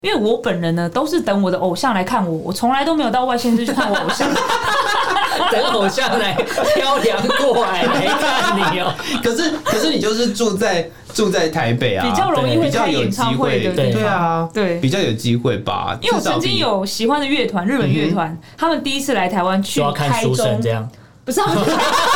因为我本人呢都是等我的偶像来看我，我从来都没有到外县市去看我偶像。 等偶像来漂洋过海来看你哦。 可是你就是住在台北啊， 比较容易会开演唱会的地方。 对啊， 对， 比较有机会吧。 因为我曾经有喜欢的乐团，日本乐团，他们第一次来台湾去台中， 这样不是他们去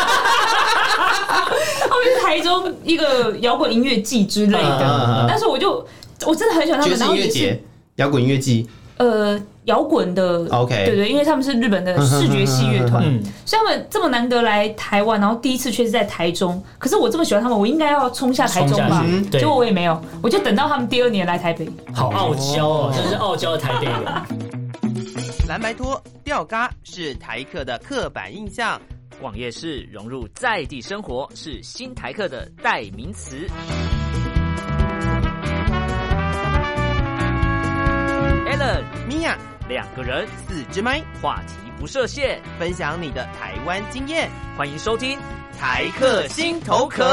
台中一个摇滚音乐季之类的，但是我真的很喜欢他们。 爵士音乐节、摇滚音乐季。 摇滚的 ，OK， 对，因为他们是日本的视觉系乐团，所以他们这么难得来台湾，然后第一次却是在台中。可是我这么喜欢他们，我应该要冲下台中吧？结果我也没有，我就等到他们第2年来台北。 好傲娇哦，真是傲娇的台北人。 蓝白拖、吊嘎是台客的刻板印象， 逛夜市融入在地生活是新台客的代名词。Alan、 米娅 2个人 4支麦， 话题不设限， 分享你的台湾经验， 欢迎收听台客心头壳。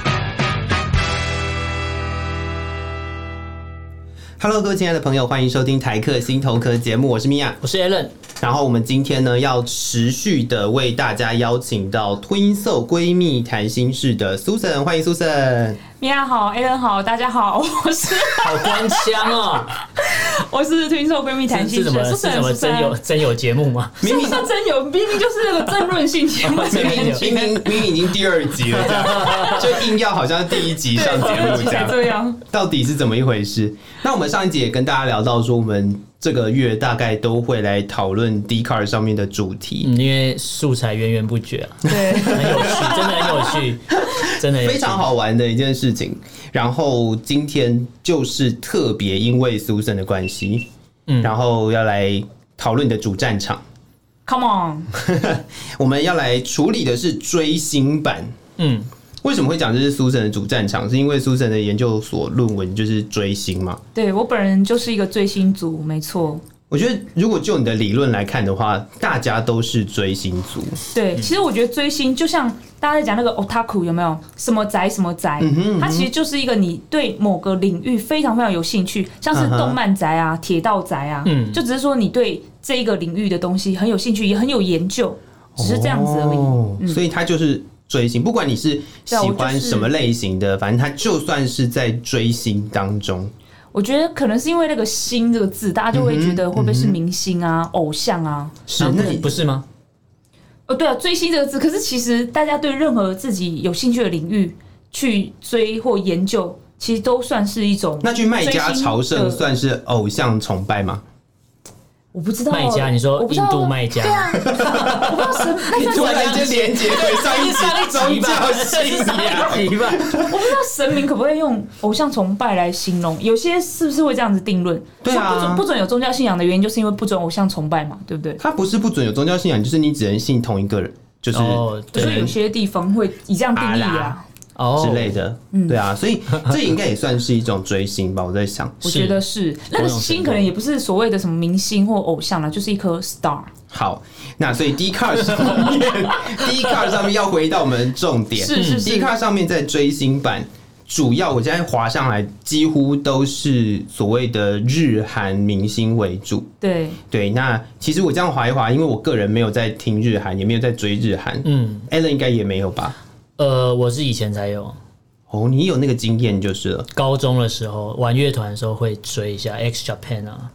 Hello， 各位亲爱的朋友，欢迎收听台客心头壳节目，我是米娅， 我是 Alan。 然后我们今天呢，要持续的为大家邀请到 Twin Soul 闺蜜谈心事的 Susan， 欢迎 Susan。 米娅好 ，Alan 好，大家好，我是好官腔哦。 我是Twin Soul闺蜜谈心事， 是什么真有节目吗？ 明明是真有，明明就是那个争论性节目， 明明已经第2集了，这样就硬要好像第1集上节目这样，到底是怎么一回事？那我们上一集也跟大家聊到说，我们这个月大概都会来讨论 Dcard 上面的主题， 因为素材源源不绝啊， 对， 很有趣，真的很有趣，真的非常好玩的一件事情。然后今天就是特别因为 Susan 的关系，然后要来讨论你的主战场。 Come on， 我们要来处理的是追星版。为什么会讲这是 Susan 的主战场？是因为 Susan 的研究所论文就是追星嘛？ 对，我本人就是一个追星族，没错。 我觉得如果就你的理论来看的话，大家都是追星族。 对，其实我觉得追星就像大家在讲那个 otaku 有没有什么宅什么宅，它其实就是一个你对某个领域非常非常有兴趣，像是动漫宅啊、铁道宅啊，就只是说你对这一个领域的东西很有兴趣，也很有研究，只是这样子而已。 所以它就是追星，不管你是喜欢什么类型的，反正它就算是在追星当中。 我觉得可能是因为那个星这个字，大家就会觉得会不会是明星啊、偶像啊？ 是，那你不是吗？ 对啊，追星这个字，可是其实大家对任何自己有兴趣的领域去追或研究，其实都算是一种。 那去卖家朝圣算是偶像崇拜吗？ 我不知道卖家，你说印度卖家？ 对啊，我不知道神， 你突然间连结对上一集宗教信仰吧？ 我不知道神明可不可以用偶像崇拜来形容，有些是不是会这样子定论？ 对啊， 不准有宗教信仰的原因，就是因为不准偶像崇拜嘛，对不对？ 他不是不准有宗教信仰，就是你只能信同一个人，就是所以有些地方会以这样定义啊。 之类的，对啊，所以这应该也算是一种追星吧。我在想， 我觉得是那个星可能也不是所谓的什么明星或偶像啦，就是一颗 star。 好，那所以 Dcard 上面要回到我们的重点， 是 Dcard 上面在追星版，主要我现在滑上来几乎都是所谓的日韩明星为主。对，那其实我这样滑一滑，因为我个人没有在听日韩，也没有在追日韩，Alan 应该也没有吧？ 我是以前才有。 哦，你有那个经验就是了。 高中的时候玩乐团的时候会追一下 X Japan 啊，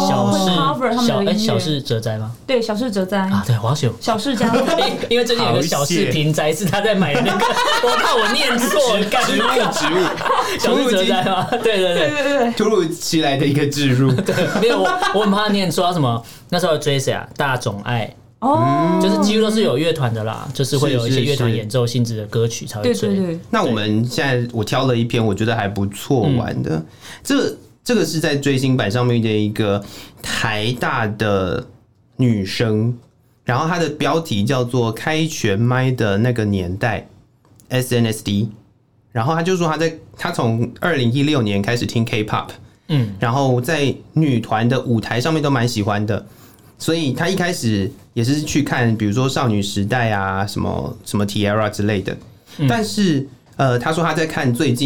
小室哲哉吗？ 对，小室哲哉啊， 对，华雄小室家， 因为最近有个小室平哉是他在买的那个，我怕我念错，植物，小室哲哉吗？对， 突如其来的一个置入， 对，没有我很怕念错，他什么那时候追谁啊？大冢爱。就是几乎都是有乐团的啦，就是会有一些乐团演奏性质的歌曲才会追。 对。 那我们现在我挑了一篇我觉得还不错玩的，这个是在追星版上面的一个台大的女生，然后她的标题叫做"开全麦的那个年代 SNSD"， 然后她就说她从2016年开始听 K-pop， 然后在女团的舞台上面都蛮喜欢的。所以他一开始也是去看，比如说少女时代啊，什么 T-ara 之类的。但是他说他在看最近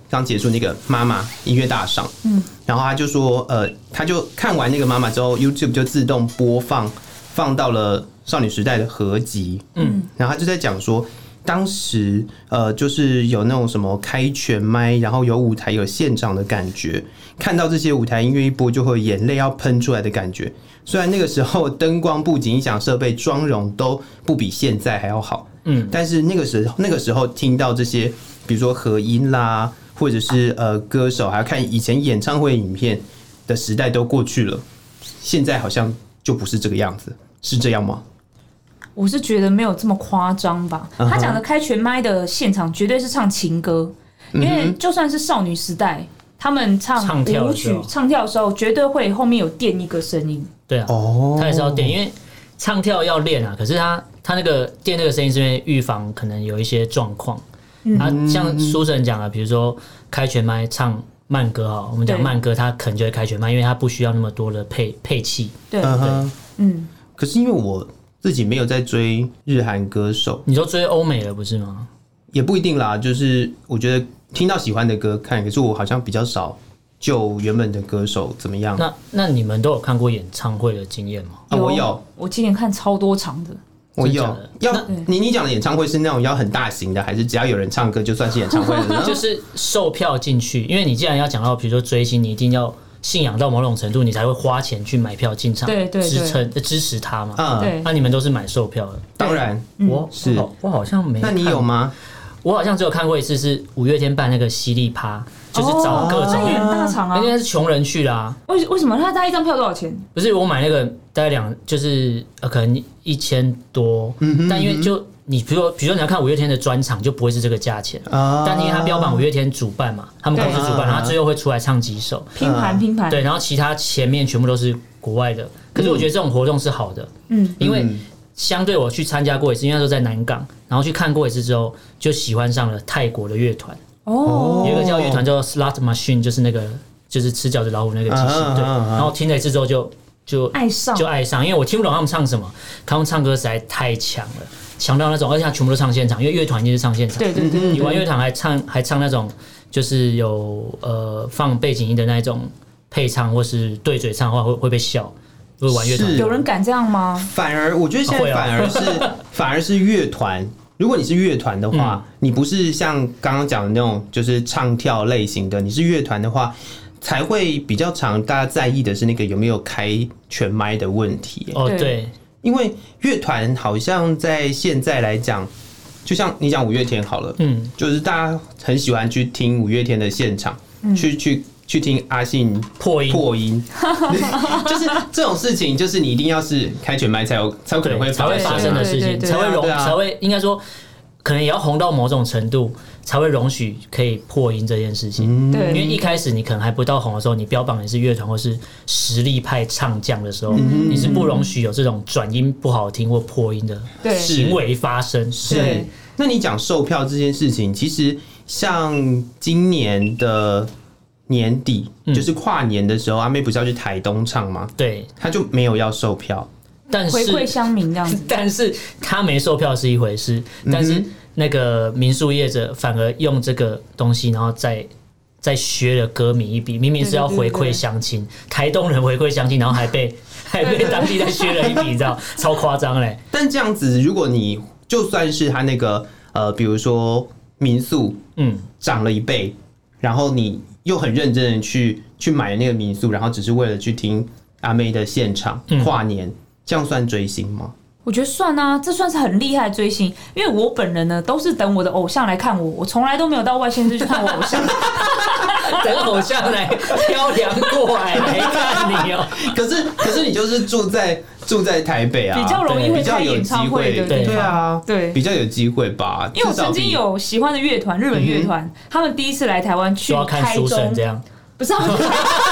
刚结束那个妈妈音乐大赏，然后他就说，他就看完那个妈妈之后 ，YouTube 就自动放到了少女时代的合集，然后他就在讲说，当时就是有那种什么开全麦，然后有舞台有现场的感觉，看到这些舞台音乐一播就会眼泪要喷出来的感觉。虽然那个时候灯光、布景、音响设备、妆容都不比现在还要好，但是那个时候听到这些，比如说合音啦，或者是歌手，还要看以前演唱会影片的时代都过去了，现在好像就不是这个样子，是这样吗？ 我是觉得没有这么夸张吧。他讲的开全麦的现场绝对是唱情歌，因为就算是少女时代，他们唱舞曲、唱跳的时候，绝对会后面有垫一个声音。 对啊，他也是要垫，因为唱跳要练啊。可是他那个垫那个声音，是因为预防可能有一些状况。像苏神讲的，比如说开全麦唱慢歌哈，我们讲慢歌，他可能就会开全麦，因为他不需要那么多的配器。 对， 可是因为我自己没有在追日韩歌手， 你都追欧美了不是吗？ 也不一定啦，就是我觉得听到喜欢的歌看，可是我好像比较少就原本的歌手怎么样。 那你们都有看过演唱会的经验吗？ 我有， 我今年看超多场的。 我有。你讲的演唱会是那种要很大型的，还是只要有人唱歌就算是演唱会的呢？ 就是售票进去，因为你既然要讲到比如说追星，你一定要信仰到某种程度，你才会花钱去买票进场，支持他嘛。那你们都是买售票的？ 当然， 我好像没。 那你有吗？ 我好像只有看过一次，是五月天办那个犀利趴，就是找各种很大场啊， 应该是穷人去啦。 为什么他一张票多少钱？ 不是我买那个大概就是可能1000多，但因为就你比如说你要看五月天的专场，就不会是这个价钱。但因为他标榜五月天主办嘛，他们公司主办，然后最后会出来唱几首拼盘。 对，然后其他前面全部都是国外的。可是我觉得这种活动是好的，因为相对我去参加过一次，因为那时候在南港，然后去看过一次之后，就喜欢上了泰国的乐团。有一个叫乐团叫 Slot Machine， 就是那个就是吃饺子老虎那个机器。对，然后听了一次之后就爱上，因为我听不懂他们唱什么，他们唱歌实在太强了，强到那种，而且他全部都唱现场，因为乐团一定是唱现场。 对， 你玩乐团还唱那种就是有放背景音的那种配唱，或是对嘴唱的话会被笑。如果玩乐团， 有人敢这样吗？ 反而我觉得现在反而是乐团。如果你是乐团的话，你不是像刚刚讲的那种就是唱跳类型的，你是乐团的话，才会比较常大家在意的是那个有没有开全麦的问题。 对， 因为乐团好像在现在来讲，就像你讲五月天好了，就是大家很喜欢去听五月天的现场，去听阿信破音，就是这种事情，就是你一定要是开全麦才有可能会发生的事情，才会应该说，可能也要红到某种程度，才会容许可以破音这件事情。因为一开始你可能还不到红的时候，你标榜你是乐团或是实力派唱将的时候，你是不容许有这种转音不好听或破音的行为发生。 是，那你讲售票这件事情，其实像今年的年底，就是跨年的时候，阿妹不是要去台东唱吗？ 对， 她就没有要售票， 但是回馈乡民这样子。 但是她没售票是一回事，但是那个民宿业者反而用这个东西，然后再削了歌迷一笔，明明是要回馈乡亲，台东人回馈乡亲，然后还被当地再削了一笔，你知道，超夸张嘞。 但这样子，如果你就算是他那个比如说民宿，涨了1倍，然后你又很认真的去买那个民宿，然后只是为了去听阿妹的现场跨年，这样算追星吗？ 我觉得算啊，这算是很厉害的追星，因为我本人呢都是等我的偶像来看我，我从来都没有到外县市去看我偶像。 等偶像来漂洋过海来看你哦。 可是你就是住在台北啊， 比较容易会开演唱会的地方。 对啊， 对， 比较有机会吧。 因为我曾经有喜欢的乐团，日本乐团，他们第一次来台湾去台中， 这样不是他们。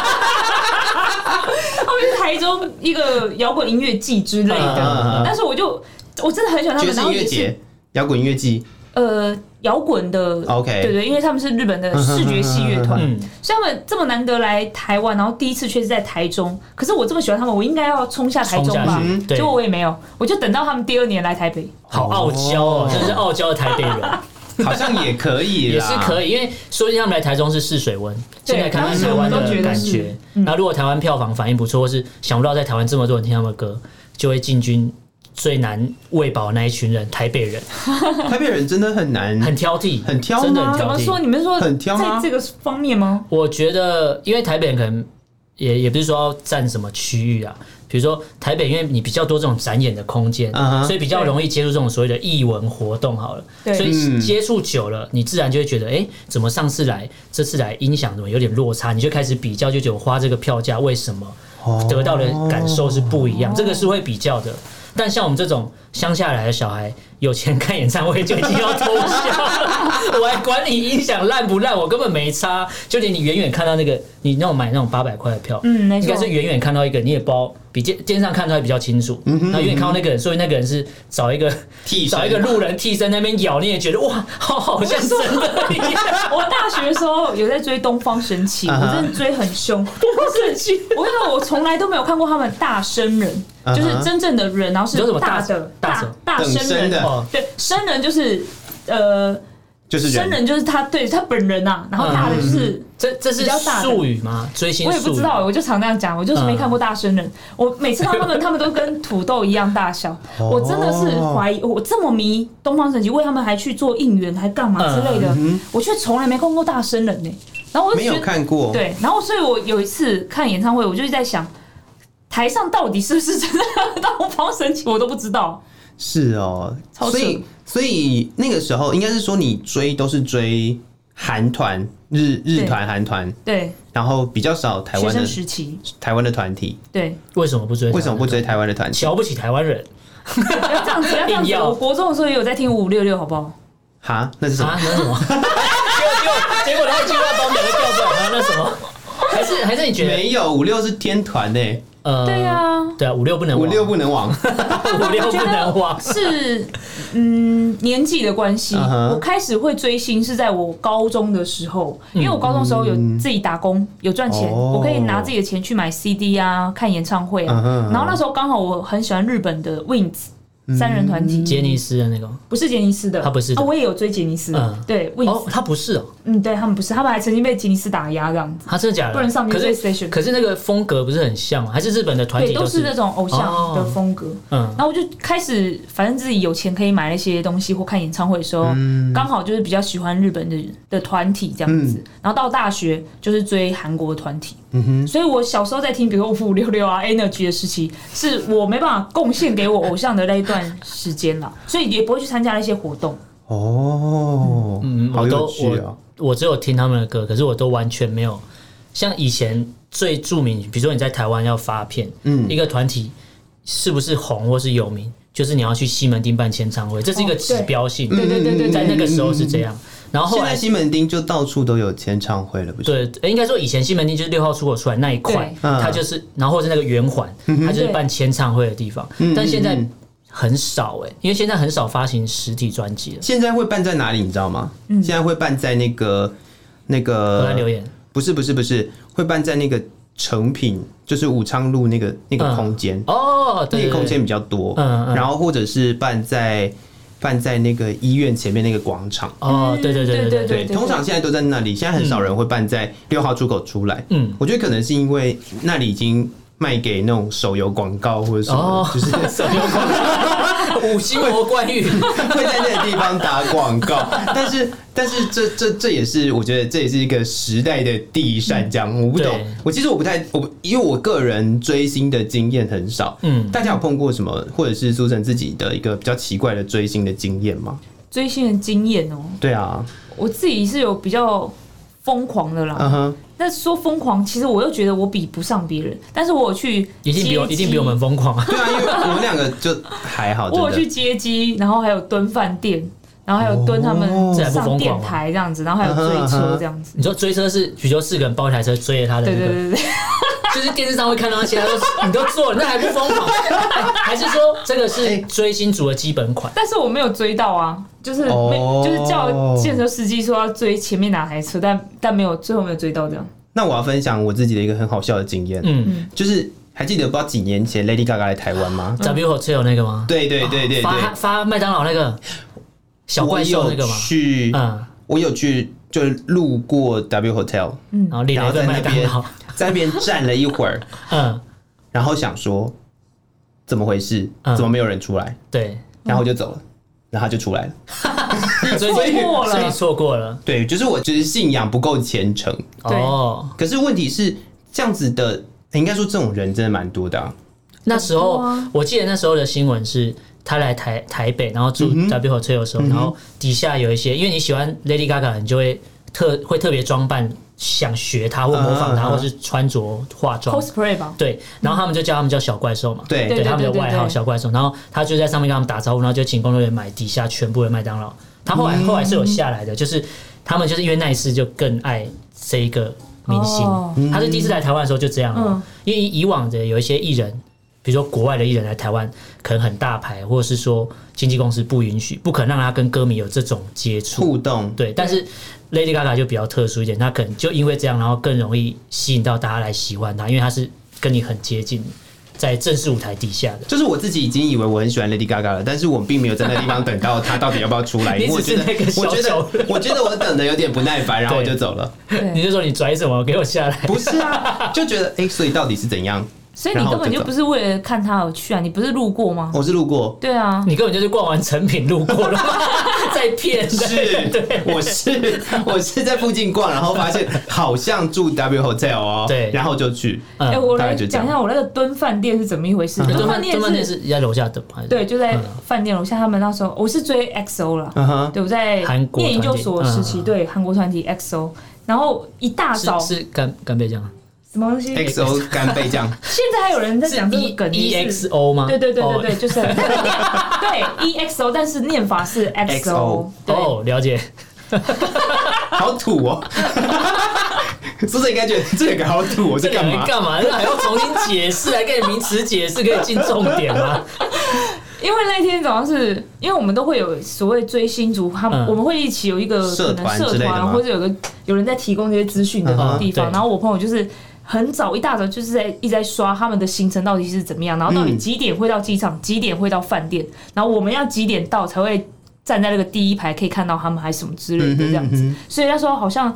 他们是台中一个摇滚音乐季之类的，但是我真的很喜欢他们。 爵士音乐节、摇滚音乐季， 摇滚的 ，OK， 对，因为他们是日本的视觉系乐团，所以他们这么难得来台湾，然后第一次却是在台中。可是我这么喜欢他们，我应该要冲下台中吧？结果我也没有，我就等到他们第2年来台北。 好傲娇哦，真的是傲娇的台北人。 好像也可以啦， 也是可以，因为说不定他们来台中是试水温，现在看看台湾的感觉。那如果台湾票房反应不错，或是想不到在台湾这么多人听他们的歌，就会进军最难喂饱的那一群人——台北人。 台北人真的很难， 很挑剔， 很挑吗？ 真的很挑剔。 怎么说？你们说很挑吗？ 在这个方面吗？ 我觉得，因为台北人可能也不是说要占什么区域啊。比如说台北，因为你比较多这种展演的空间，所以比较容易接触这种所谓的艺文活动。好了，所以接触久了，你自然就会觉得，怎么上次来，这次来音响怎么有点落差？你就开始比较，就觉得我花这个票价为什么得到的感受是不一样？这个是会比较的。但像我们这种乡下来的小孩，有钱看演唱会就已经要偷笑了，我还管你音响烂不烂，我根本没差。就连你远远看到那个，你那种买那种800块的票，应该是远远看到一个，你也不知道，比电视上看到还比较清楚。然后远远看到那个人，所以那个人是找一个路人替身那边咬，你也觉得哇，好像真的一样。 我大学的时候有在追东方神起，我真的追很凶。我跟你说，我从来都没有看过他们大生人。就是真正的人，然后是大生人，对，生人就是就是生人就是他对他本人呐，然后大的就是这是术语吗？追星术语？ 我也不知道，我就常那样讲，我就是没看过大生人。我每次看他们都跟土豆一样大小，我真的是怀疑，我这么迷东方神起，为他们还去做应援，还干嘛之类的，我却从来没看过大生人呢。然后我就没有看过， 对，然后所以我有一次看演唱会，我就在想。台上到底是不是真的东方神起，我都不知道。 是哦，所以那个时候应该是说你都是追韩团、日团、韩团， 对， 然后比较少台湾的学生时期台湾的团体， 对， 为什么不追台湾的团体？ 瞧不起台湾人， 要这样子，要这样子。我国中的时候也有在听566，好不好？ 哈，那是什么？ 那是什么？结果他一句话把我们两个调出来，那什么？还是你觉得没有56是天团呢？ 对啊 ，56不能亡 ，56不能亡 ，56不能亡是年纪的关系。我开始会追星是在我高中的时候，因为我高中的时候有自己打工，有赚钱，我可以拿自己的钱去买 CD 啊，看演唱会啊。然后那时候刚好我很喜欢日本的 Wings。3人团体， 杰尼斯的那个不是杰尼斯的， 他不是我也有追杰尼斯，对， 他不是哦， 对他们不是，他们还曾经被杰尼斯打压这样子， 他真的假的？ 不能上 Music Station， 可是那个风格不是很像吗？还是日本的团体都是那种偶像的风格，然后我就开始，反正自己有钱可以买那些东西或看演唱会的时候，刚好就是比较喜欢日本的团体这样子，然后到大学就是追韩国的团体。所以我小时候在听，比如说566啊、Energy 的时期，是我没办法贡献给我偶像的那一段时间啦，所以也不会去参加那些活动。 好有趣啊！ 我只有听他们的歌，可是我都完全没有像以前最著名，比如说你在台湾要发片，一个团体是不是红或是有名，就是你要去西门町办签唱会，这是一个指标性。 对， 在那个时候是这样。然后后来现在西门町就到处都有签唱会了，不是？ 对，应该说以前西门町就是6号出口出来那一块，它就是，然后或是那个圆环，它就是办签唱会的地方。但现在很少因为现在很少发行实体专辑了。 现在会办在哪里？你知道吗？现在会办在那个河岸留言， 不是，会办在那个成品，就是武昌路那个空间那个空间比较多。然后或者是办在那个医院前面那个广场。对，通常现在都在那里，现在很少人会办在6号出口出来。我觉得可能是因为那里已经卖给那种手游广告或者什么，就是手游广告，5星魔冠玉会在那个地方打广告。但是这也是我觉得这也是一个时代的第一扇这样。我不懂，其实我不太因为我个人追星的经验很少。大家有碰过什么，或者是苏晨自己的一个比较奇怪的追星的经验吗？ 追星的经验对啊， 我自己是有比较疯狂的啦。但是说疯狂，其实我又觉得我比不上别人，但是我有去一定比我们疯狂。 对啊，因为我们两个就还好。 我有去接机，然后还有蹲饭店。然后还有蹲他们上电台这样子，然后还有追车这样子。 你说追车是，比如说4个人包一台车追着他的，对，就是电视上会看到那些，你都做了，那还不疯狂？还是说这个是追星族的基本款？ 但是我没有追到啊，就是就是叫建车司机说要追前面哪台车，但没有，最后没有追到这样。 那我要分享我自己的一个很好笑的经验，就是还记得不知道几年前 Lady Gaga 来台湾吗？ W Hotel 那个吗？ 对， 发麦当劳那个。 小怪兽那个吗？ 我有去，就路过 W Hotel， 然后领了一个麦当劳， 在那边站了一会儿，然后想说怎么回事，怎么没有人出来？ 对， 然后我就走了，然后他就出来了。 所以错过了。 对，就是我就是信仰不够虔诚。 哦， 可是问题是这样子的，应该说这种人真的蛮多的。 那时候我记得那时候的新闻是，他来台北，然后住 W Hotel 的时候，然后底下有一些，因为你喜欢 Lady Gaga， 你就会特别装扮，想学她或模仿她，或是穿着化妆 cosplay 吧。 对，然后他们就叫他们叫小怪兽嘛， 对， 他们的外号小怪兽。然后他就在上面跟他们打招呼，然后就请工作人员买底下全部的麦当劳。他后来是有下来的，就是他们就是因为那一次就更爱这一个明星。他是第一次来台湾的时候就这样了，因为以往的有一些艺人。比如说国外的艺人来台湾，可能很大牌，或者是说经纪公司不允许，不可能让他跟歌迷有这种接触互动。 对，但是 Lady Gaga 就比较特殊一点，他可能就因为这样，然后更容易吸引到大家来喜欢他，因为他是跟你很接近，在正式舞台底下的。 就是我自己已经以为我很喜欢 Lady Gaga 了，但是我并没有在那地方等到他到底要不要出来，因为我觉得我等的有点不耐烦，然后我就走了。 你就说你拽什么，给我下来？ 不是啊，就觉得所以到底是怎样？ 所以你根本就不是为了看他而去啊！你不是路过吗？ 我是路过。 对啊， 你根本就是逛完成品路过了，在骗。 是，对，我是在附近逛，然后发现好像住 W Hotel 哦，对，然后就去。 我来讲一下我那个蹲饭店是怎么一回事。 蹲饭店是在楼下等吗？ 对，就在饭店楼下。他们那时候我是追 XO 啦，对，我在念研究所时期，对韩国团体 XO， 然后一大早是干贝酱。 什么东西 ？XO 干贝酱。 现在还有人在讲这个梗 ，EXO 吗？ 对，就是对 EXO， 但是念法是 XO。 哦，了解。 好土哦！苏轼应该觉得这个好土，我在干嘛？ 干嘛？还要重新解释，还给你名词解释，可以进重点吗？ 因为那天早上是因为我们都会有所谓追星族，我们会一起有一个可能社团，或者有人在提供这些资讯的地方。然后我朋友就是很早一大早就是一直在刷他们的行程到底是怎么样，然后到底几点会到机场，几点会到饭店，然后我们要几点到才会站在那个第一排可以看到他们，还是什么之类的这样子。所以那时候好像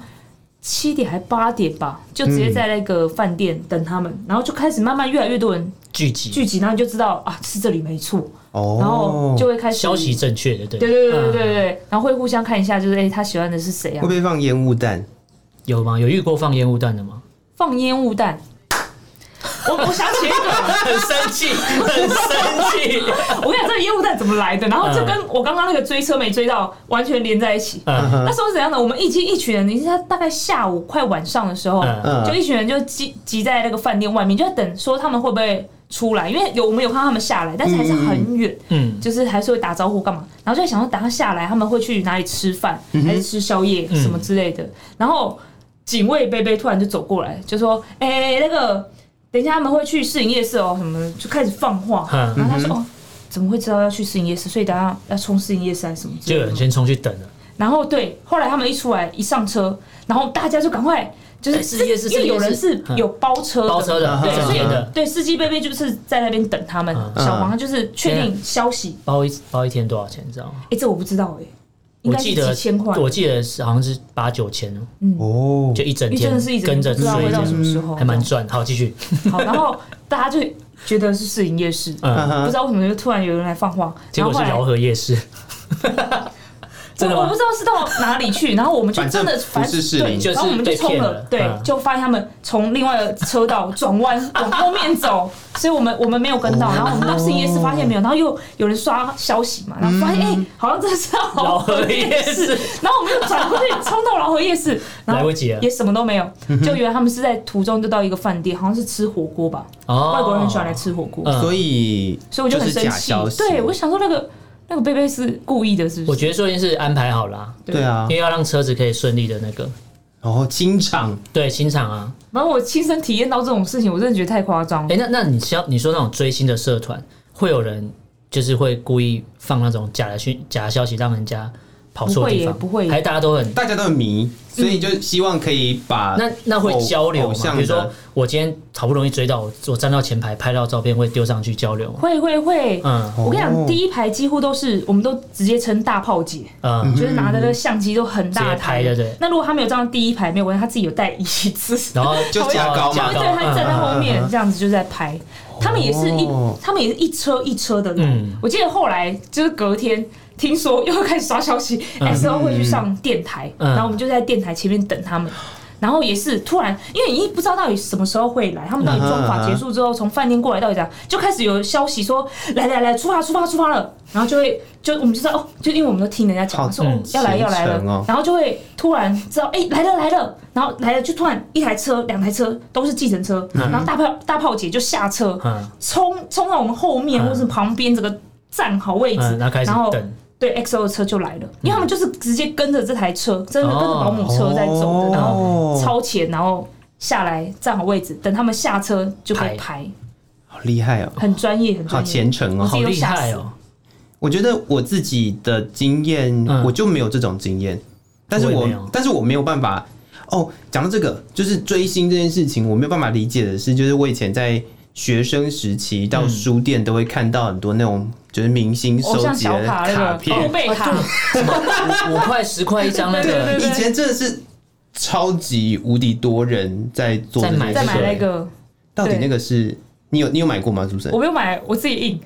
7点还8点吧，就直接在那个饭店等他们，然后就开始慢慢越来越多人聚集，然后你就知道啊是这里没错。然后就会开始消息正确的， 对，然后会互相看一下，就是他喜欢的是谁啊？ 会不会放烟雾弹？ 有吗？有遇过放烟雾弹的吗？ 放烟雾弹，我想起一个， 很生气。 我跟你讲，这个烟雾弹怎么来的？然后就跟我刚刚那个追车没追到完全连在一起。那时候是怎样的？我们一群人，你是他大概下午快晚上的时候，就一群人就挤在那个饭店外面，就在等说他们会不会出来，因为我们有看到他们下来，但是还是很远，就是还是会打招呼干嘛，然后就在想说等他下来他们会去哪里吃饭，还是吃宵夜什么之类的。然后警卫贝贝突然就走过来，就说：“那个等一下他们会去士林夜市哦，什么的，就开始放话。”然后他说：“哦，怎么会知道要去士林夜市？所以等下要冲士林夜市还是什么之类的？” 就有人先冲去等了。然后对，后来他们一出来一上车，然后大家就赶快。就是因为有人是有包车的，对，所以对司机贝贝就是在那边等他们。小黄就是确定消息， 包一天多少钱，你知道吗？ 这我不知道应该是几千块。 我记得是好像是8-9千哦， 就一整天跟着追， 到什么时候还蛮赚。好，继续。 好，然后大家就觉得是士林夜市，不知道为什么就突然有人来放话， 结果是饶河夜市。 我不知道是到哪里去，然后我们就真的不是士林， 然后我们就冲了，对，就发现他们从另外的车道转弯往后面走，所以我们没有跟到，然后我们到士林夜市发现没有，然后又有人刷消息嘛，然后发现好像真的是饶河夜市，然后我们就转过去冲到饶河夜市， 来不及了， 也什么都没有，就以为他们是在途中就到一个饭店，好像是吃火锅吧，外国人很喜欢来吃火锅， 所以我就很生气，对我想说那个贝贝是故意的，是不是？ 我觉得说已经是安排好了， 对啊， 因为要让车子可以顺利的那个， 清场， 对，清场啊。 然后我亲身体验到这种事情，我真的觉得太夸张。 那你说那种追星的社团，会有人就是会故意放那种假的消息，让人家跑错地方？ 不会耶， 还大家都很迷，所以就希望可以把那会交流吗？比如说我今天好不容易追到，我站到前排拍到照片，会丢上去交流吗？ 会，我跟你讲，第一排几乎都是我们都直接称大炮姐，就是拿着的相机都很大台的。对。那如果他没有站到第一排，没有关系，他自己有带椅子， 然后就加高嘛， 对，他站在后面这样子就在拍。他们也是一车一车的来。我记得后来就是隔天。听说又开始刷消息 ，SO 会去上电台，然后我们就在电台前面等他们。然后也是突然，因为你不知道到底什么时候会来，他们到底装法结束之后从饭店过来到底怎样，就开始有消息说来出发了，然后我们就知道哦，就因为我们都听人家讲说要来了，然后就会突然知道来了，然后来了就突然一台车两台车都是计程车，然后大炮姐就下车冲到我们后面或是旁边这个站好位置， 然后等。 对 ，XO 的车就来了，因为他们就是直接跟着这台车，真的跟着保姆车在走的，然后超前，然后下来站好位置，等他们下车就可以拍。 好厉害哦， 很专业， 好虔诚哦， 好厉害哦。 我觉得我自己的经验，我就没有这种经验，但是我没有办法。哦，讲到这个，就是追星这件事情，我没有办法理解的是，就是我以前在学生时期到书店都会看到很多那种就是明星收集的卡片， 欧贝卡 ，5块10块一张那个， 以前真的是超级无敌多人在做这件事， 在买那个， 到底那个是你有买过吗？主持人， 我没有买，我自己印。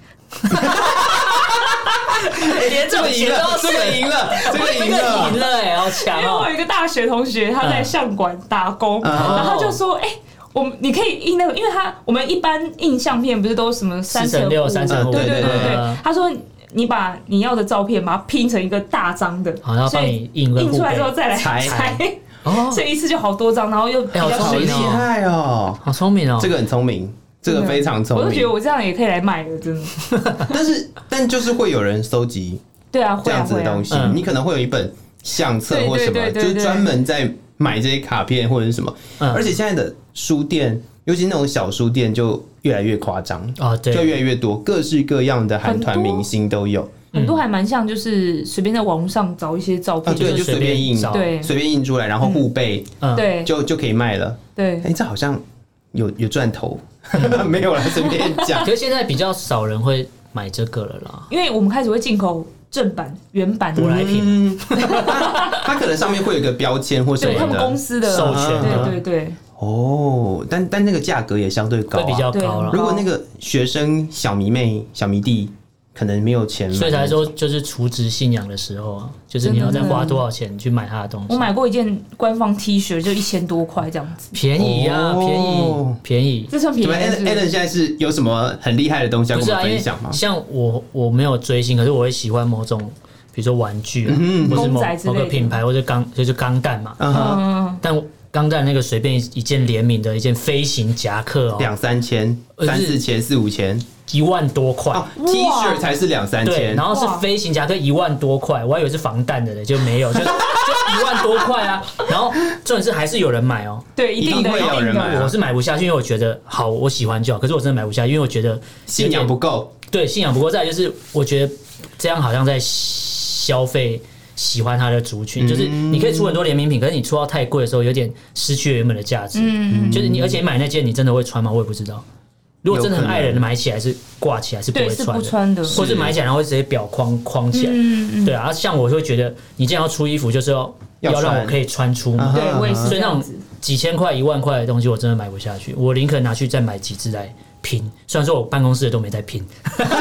连这个赢了，这个赢了，哎，好强哦！ 因为我有一个大学同学，他在相馆打工，然后他就说，你可以印那个，因为我们一般印相片不是都什么3:6、 3:5， 对。他说你把你要的照片把它拼成一个大张的， 然后帮你印出来之后再来裁，所以一次就好多张，然后又比较好厉害哦， 好聪明哦， 这个很聪明。这个非常聪明， 我就觉得我这样也可以来卖了，真的。但就是会有人收集， 对啊， 这样子的东西，你可能会有一本相册或什么，就是专门在买这些卡片或者是什么。而且现在的书店，尤其那种小书店，就越来越夸张啊，对，就越来越多，各式各样的韩团明星都有。 很多还蛮像，就是随便在网络上找一些照片， 对，就随便印， 对， 随便印出来，然后互背， 对， 就可以卖了。对，这好像有赚头。没有啦，随便讲。 可是现在比较少人会买这个了啦， 因为我们开始会进口正版、原版舶来品， 它可能上面会有一个标签或什么的， 对他们公司的授权， 对。 哦，但那个价格也相对高， 会比较高了。 如果那个学生小迷妹、小迷弟。可能没有钱买， 所以才说就是储值信仰的时候啊，就是你要再花多少钱去买他的东西。 我买过一件官方 T 恤，就1000多块这样子， 便宜啊，便宜， 这算便宜。 Alan 现在是有什么很厉害的东西要跟我们分享吗？ 像我没有追星，可是我会喜欢某种，比如说玩具啊，或是某个品牌，或者就是钢弹嘛，但。钢弹那个随便一件联名的一件飞行夹克哦 ，2-3千，3-4千，4-5千 ，1万多块 ，T 恤才是2-3千， 然后是飞行夹克1万多块，我还以为是防弹的嘞，就没有，就1万多块啊。然后重点是还是有人买哦， 对，一定会有人买。 我是买不下去，因为我觉得好，我喜欢就好，可是我真的买不下去，因为我觉得信仰不够。 对，信仰不够。再来就是我觉得这样好像在消费。喜欢他的族群，就是你可以出很多联名品，可是你出到太贵的时候，有点失去原本的价值。就是你，而且买那件你真的会穿吗？我也不知道。如果真的很爱人，买起来是挂起来是不会穿的，或是买起来然后直接表框起来。对啊，像我会觉得你既然要出衣服，就是要让我可以穿出嘛。 对，我也是。 所以那种几千块、1万块的东西，我真的买不下去。我宁可拿去再买几只来拼。虽然说我办公室的都没在拼。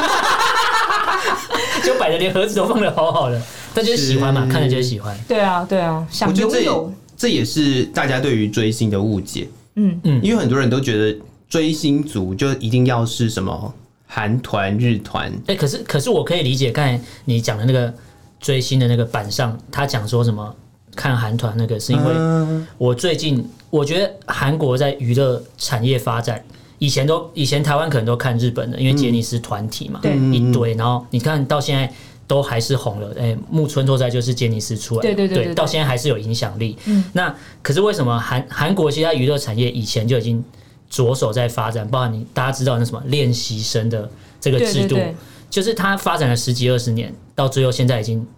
就摆的连盒子都放的好好的，但就是喜欢嘛，看着就是喜欢。 对啊，想拥有， 这也是大家对于追星的误解。因为很多人都觉得追星族就一定要是什么韩团、日团。 可是我可以理解，刚才你讲的那个追星的那个版上，他讲说什么看韩团那个，是因为我最近我觉得韩国在娱乐产业发展。以前台湾可能都看日本的，因为杰尼斯团体嘛，一堆，然后你看到现在都还是红了。木村拓哉就是杰尼斯出来的，对，到现在还是有影响力。那可是为什么韩国其他娱乐产业以前就已经着手在发展，包含大家知道那什么练习生的这个制度，就是它发展了10几20年，到最后现在已经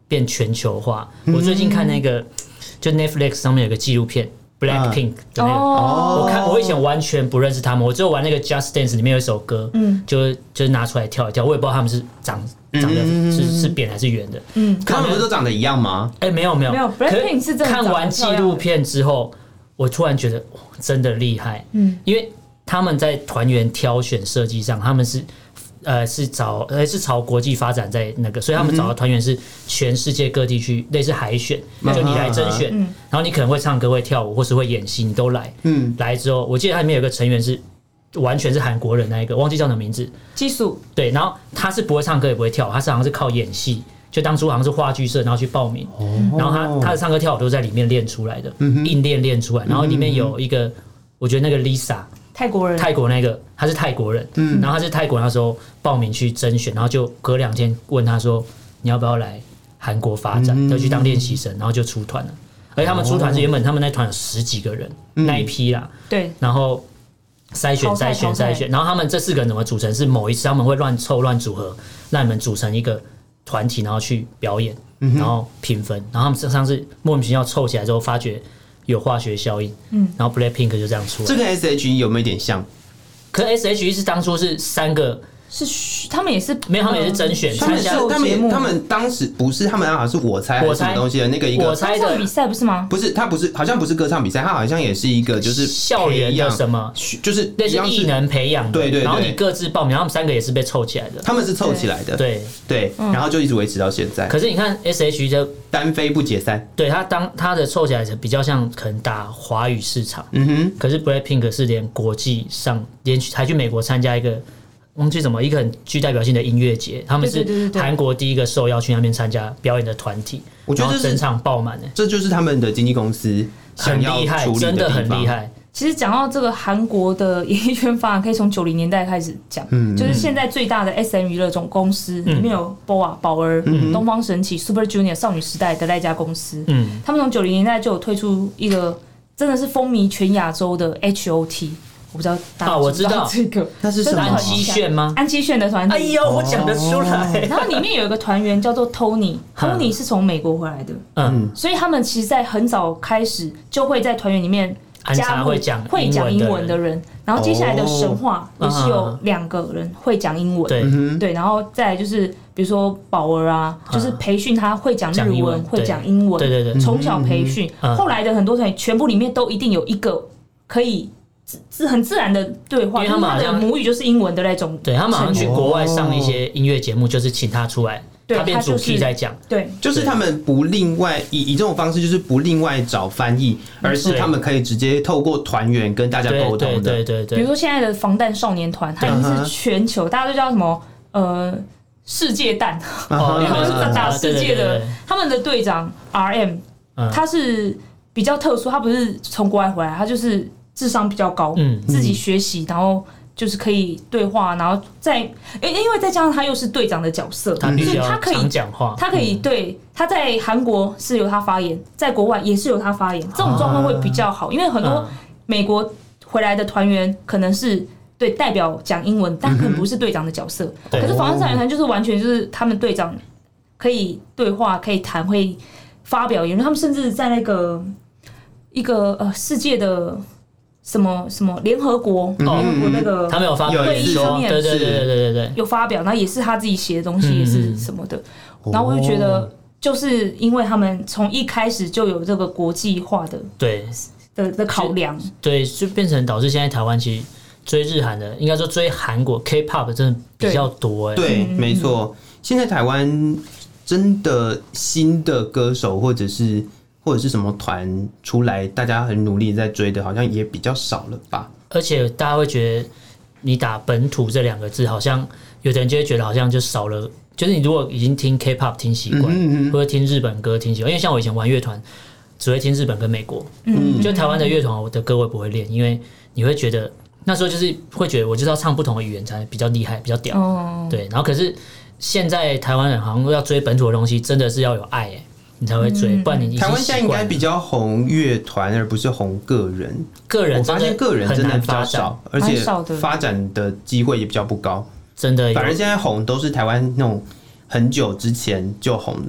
变全球化。我最近看那个，就 Netflix 上面有个纪录片。Blackpink 的那个，我以前完全不认识他们，我只有玩那个 Just Dance 里面有一首歌，就拿出来跳一跳，我也不知道他们是长得是扁还是圆的， 他们不是都长得一样吗？ 没有 ，Blackpink 是真的看完纪录片之后，我突然觉得真的厉害，因为他们在团员挑选设计上，他们是朝国际发展在那个，所以他们找的团员是全世界各地去类似海选，就你来甄选，然后你可能会唱歌、会跳舞，或是会演戏，你都来。来之后，我记得他里面有个成员是完全是韩国人，那一个忘记叫什么名字， 基础对，然后他是不会唱歌也不会跳舞，他好像是靠演戏。就当初好像是话剧社，然后去报名，然后他的唱歌跳舞都在里面练出来的，硬练出来。然后里面有一个，我觉得那个 Lisa。 泰国那个他是泰国人，然后他是泰国人，那时候报名去甄选，然后就隔2天问他说你要不要来韩国发展，要去当练习生，然后就出团了。而且他们出团是原本他们那团有10几个人那一批啦， 对， 然后筛选，然后他们这4个人怎么组成？是某一次他们会乱凑乱组合，让你们组成一个团体，然后去表演，然后评分，然后他们上次莫名其妙凑起来之后发觉。有化学效应，然后 Blackpink 就这样出来。 这跟 S.H.E 有没有点像？ 可 S.H.E 是当初是3个， 他们也是没有，他们也是甄选参加他们当时不是，他们好像是我猜还是什么东西的那个一个我猜的比赛不是吗？ 不是，他不是，好像不是歌唱比赛，他好像也是一个就是校园的什么， 就是类似艺能培养的， 对， 然后你各自报名，他们3个也是被凑起来的， 他们是凑起来的，对，然后就一直维持到现在。 可是你看 S.H.E 就单飞不解散， 对他的凑起来比较像可能打华语市场，可是 Blackpink 是连国际上还去美国参加一个。忘记什么一个很具代表性的音乐节，他们是韩国第一个受邀去那边参加表演的团体， 我觉得整场爆满这就是他们的经纪公司很厉害，真的很厉害。 其实讲到这个韩国的演艺圈发展，可以从90年代开始讲，就是现在最大的 SM 娱乐总公司里面有 BOA 宝儿、东方神起、Super Junior 少女时代的那家公司，他们从90年代就有推出一个真的是风靡全亚洲的 HOT。我不知道大家我知道这个， 那是什么？ 安七炫吗？ 安七炫的团体。 哎呦，我讲得出来。 然后里面有一个团员叫做 Tony 是从美国回来的，所以他们其实在很早开始就会在团员里面加入会讲英文的人，然后接下来的神话也是有2个人会讲英文，对，然后再来就是比如说宝儿啊，就是培训他会讲日文、会讲英文， 对， 从小培训，后来的很多团员全部里面都一定有一个可以。很自然的对话，因为他们好像母语就是英文的那种。 对，他们好像去国外上一些音乐节目，就是请他出来，他变主 key 在讲。 对， 就是他们不另外以这种方式，就是不另外找翻译，而是他们可以直接透过团员跟大家沟通的。 对。 比如说现在的防弹少年团，它已经是全球，大家都叫什么世界蛋，因为他们是打世界的。他们的队长 RM， 他是比较特殊，他不是从国外回来，他就是。智商比较高，自己学习，然后就是可以对话，然后因为再加上他又是队长的角色， 所以他可以讲话，他可以对他在韩国是由他发言，在国外也是由他发言，这种状况会比较好，因为很多美国回来的团员可能是对代表讲英文，但可能不是队长的角色，可是防弹少年团就是完全就是他们队长可以对话，可以谈，会发表言论，他们甚至在那个一个世界的。什么联合国那个他们有发表会议上面， 对， 有发表，然后也是他自己写的东西，也是什么的。然后我就觉得，就是因为他们从一开始就有这个国际化的的考量， 对，就变成导致现在台湾其实追日韩的，应该说追韩国 K-pop 真的比较多。 对，没错。现在台湾真的新的歌手或者是什么团出来，大家很努力在追的，好像也比较少了吧？ 而且大家会觉得，你打本土这2个字，好像有的人就会觉得好像就少了。就是你如果已经听 K-pop 听习惯，或者听日本歌听习惯，因为像我以前玩乐团，只会听日本跟美国。就台湾的乐团，我的歌我也不会练，因为你会觉得那时候就是会觉得我就是要唱不同的语言才比较厉害，比较屌。对，然后可是现在台湾人好像要追本土的东西，真的是要有爱你才会追，不然你台湾现在应该比较红乐团，而不是红个人。我发现个人真的比较少，而且发展的机会也比较不高。 真的， 反而现在红都是台湾那种很久之前就红的。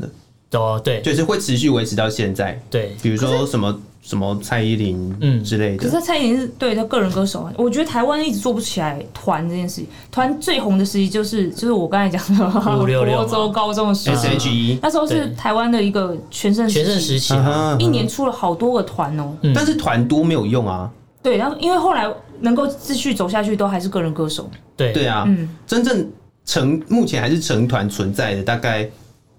对， 就是会持续维持到现在。 对， 比如说什么蔡依林之类的。 可是蔡依林是对她个人歌手，我觉得台湾一直做不起来团这件事情。团最红的时期就是我刚才讲的 566 国中高中的时期 SHE 那时候是台湾的一个全盛时期， 一年出了好多个团哦。 但是团多没有用啊。 对，然后因为后来能够继续走下去，都还是个人歌手。 对啊，真正目前还是成团存在的，大概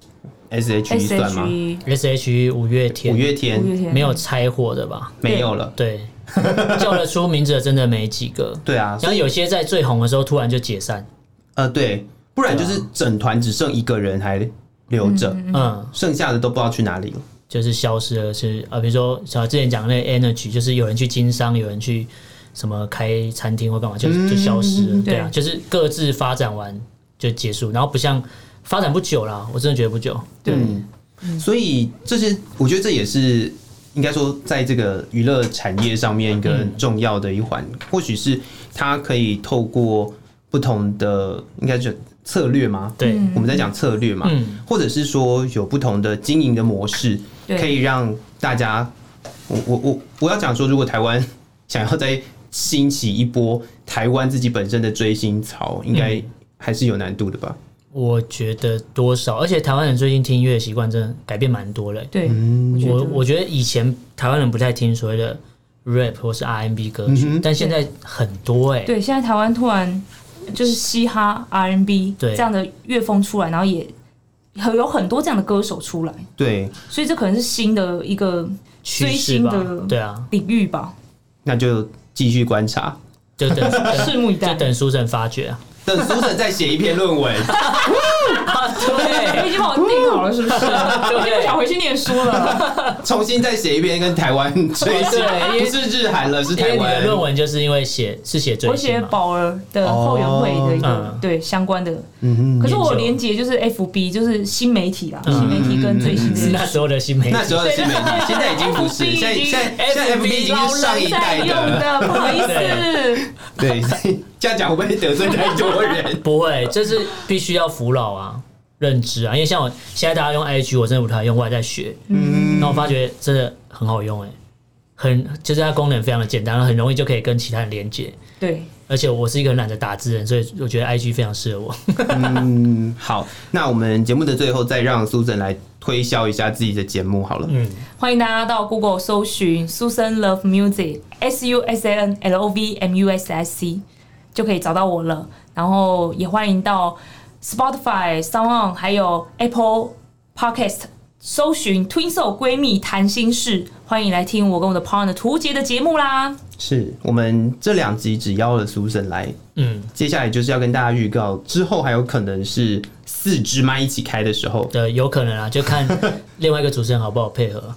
SHE 算吗 ？SHE 五月天没有拆伙的吧？ 没有了。 对，叫得出名字的真的没几个。 对啊， 然后有些在最红的时候突然就解散。 对，不然就是整团只剩一个人还留着，剩下的都不知道去哪里了。 就是消失了，比如说像之前讲的那个 Energy， 就是有人去经商，有人去什么开餐厅或干嘛，就消失了。对啊，就是各自发展完就结束，然后不像发展不久啦，我真的觉得不久。 对， 所以这些我觉得这也是应该说在这个娱乐产业上面一个很重要的一环，或许是它可以透过不同的应该就策略吗？ 对， 我们在讲策略嘛，或者是说有不同的经营的模式，可以让大家，我要讲说，如果台湾想要再兴起一波台湾自己本身的追星潮，应该还是有难度的吧？ 我觉得多少，而且台湾人最近听音乐的习惯真的改变蛮多了。 对， 我觉得以前台湾人不太听所谓的 rap 或是 R&B 歌曲，但现在很多对，现在台湾突然就是嘻哈 R&B 这样的乐风出来，然后也有很多这样的歌手出来。 对， 所以这可能是新的一个追星的领域吧。 那就继续观察， 就等拭目以待， 就等苏神发掘啊。 等苏神再写一篇论文。 对，你已经帮我定好了，是不是？我就不想回去念书了。 重新再写一篇跟台湾追星，不是日韩了，是台湾。 因为你的论文就是因为写追星嘛， 我写宝儿的后援会的一个对相关的。可是我连结就是 FB， 就是新媒体啦，新媒体跟最新的是那时候的新媒体， 那时候的新媒体，现在已经不是，现在 FB 已经是上一代的，不好意思。 对，这样讲会不会得罪太多人？ 不会，这是必须要服老啊，认知啊。因为像我现在大家用 IG， 我真的不太用，我还在学。然后我发觉真的很好用就是它功能非常的简单，很容易就可以跟其他人连接。 对， 而且我是一个很懒得打字的人，所以我觉得 IG 非常适合我。 好，那我们节目的最后再让 Susan 来推销一下自己的节目好了。 欢迎大家到 Google 搜寻 Susan Love Music SUSAN LOV MUSIC 就可以找到我了。然后也欢迎到 Spotify、SoundOn 还有 Apple Podcast 搜寻 Twin Soul 闺蜜谈心事，欢迎来听我跟我的 partner 涂杰的节目啦。 是我们这2集只邀了Susan来，接下来就是要跟大家预告，之后还有可能是4支麦一起开的时候， 对，有可能啊，就看另外一个主持人好不好配合。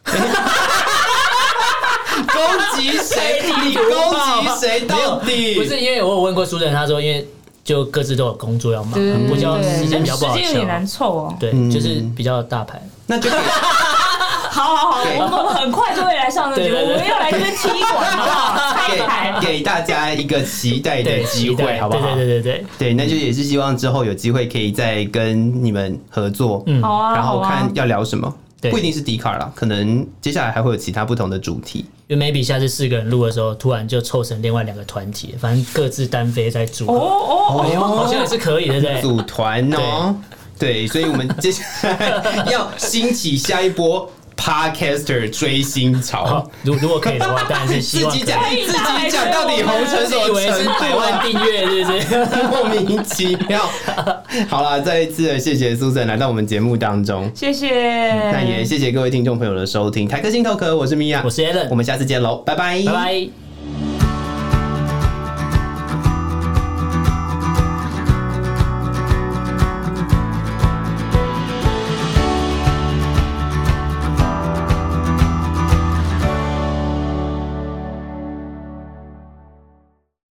攻击谁？你攻击谁？到底不是因为我有问过苏人，他说因为就各自都有工作要忙，比较时间比较不好时间有点难凑哦。 对，就是比较大牌， 那就可以。 好，我们很快就会来上这节目，我们要来这边踢馆，好不好？拆台， 给大家一个期待的机会，好不好？对，那就也是希望之后有机会可以再跟你们合作， 好啊， 然后看要聊什么。不一定是迪卡啦，可能接下来还会有其他不同的主题。 因为 maybe 下次4个人录的时候，突然就凑成另外2个团体，反正各自单飞再组合，好像也是可以的，对不对？ 组团哦，对，所以我们接下来要兴起下一波 Podcaster 追星潮。 如果可以的话，当然是希望自己讲到底红成什么程度？以为是 1万订阅，是不是？ 莫名其妙。好啦，再一次的谢谢 Susan 来到我们节目当中， 谢谢。 那也谢谢各位听众朋友的收听。台客心头壳，我是米娅， 我是 Alan， 我们下次见喽，拜拜， 拜拜。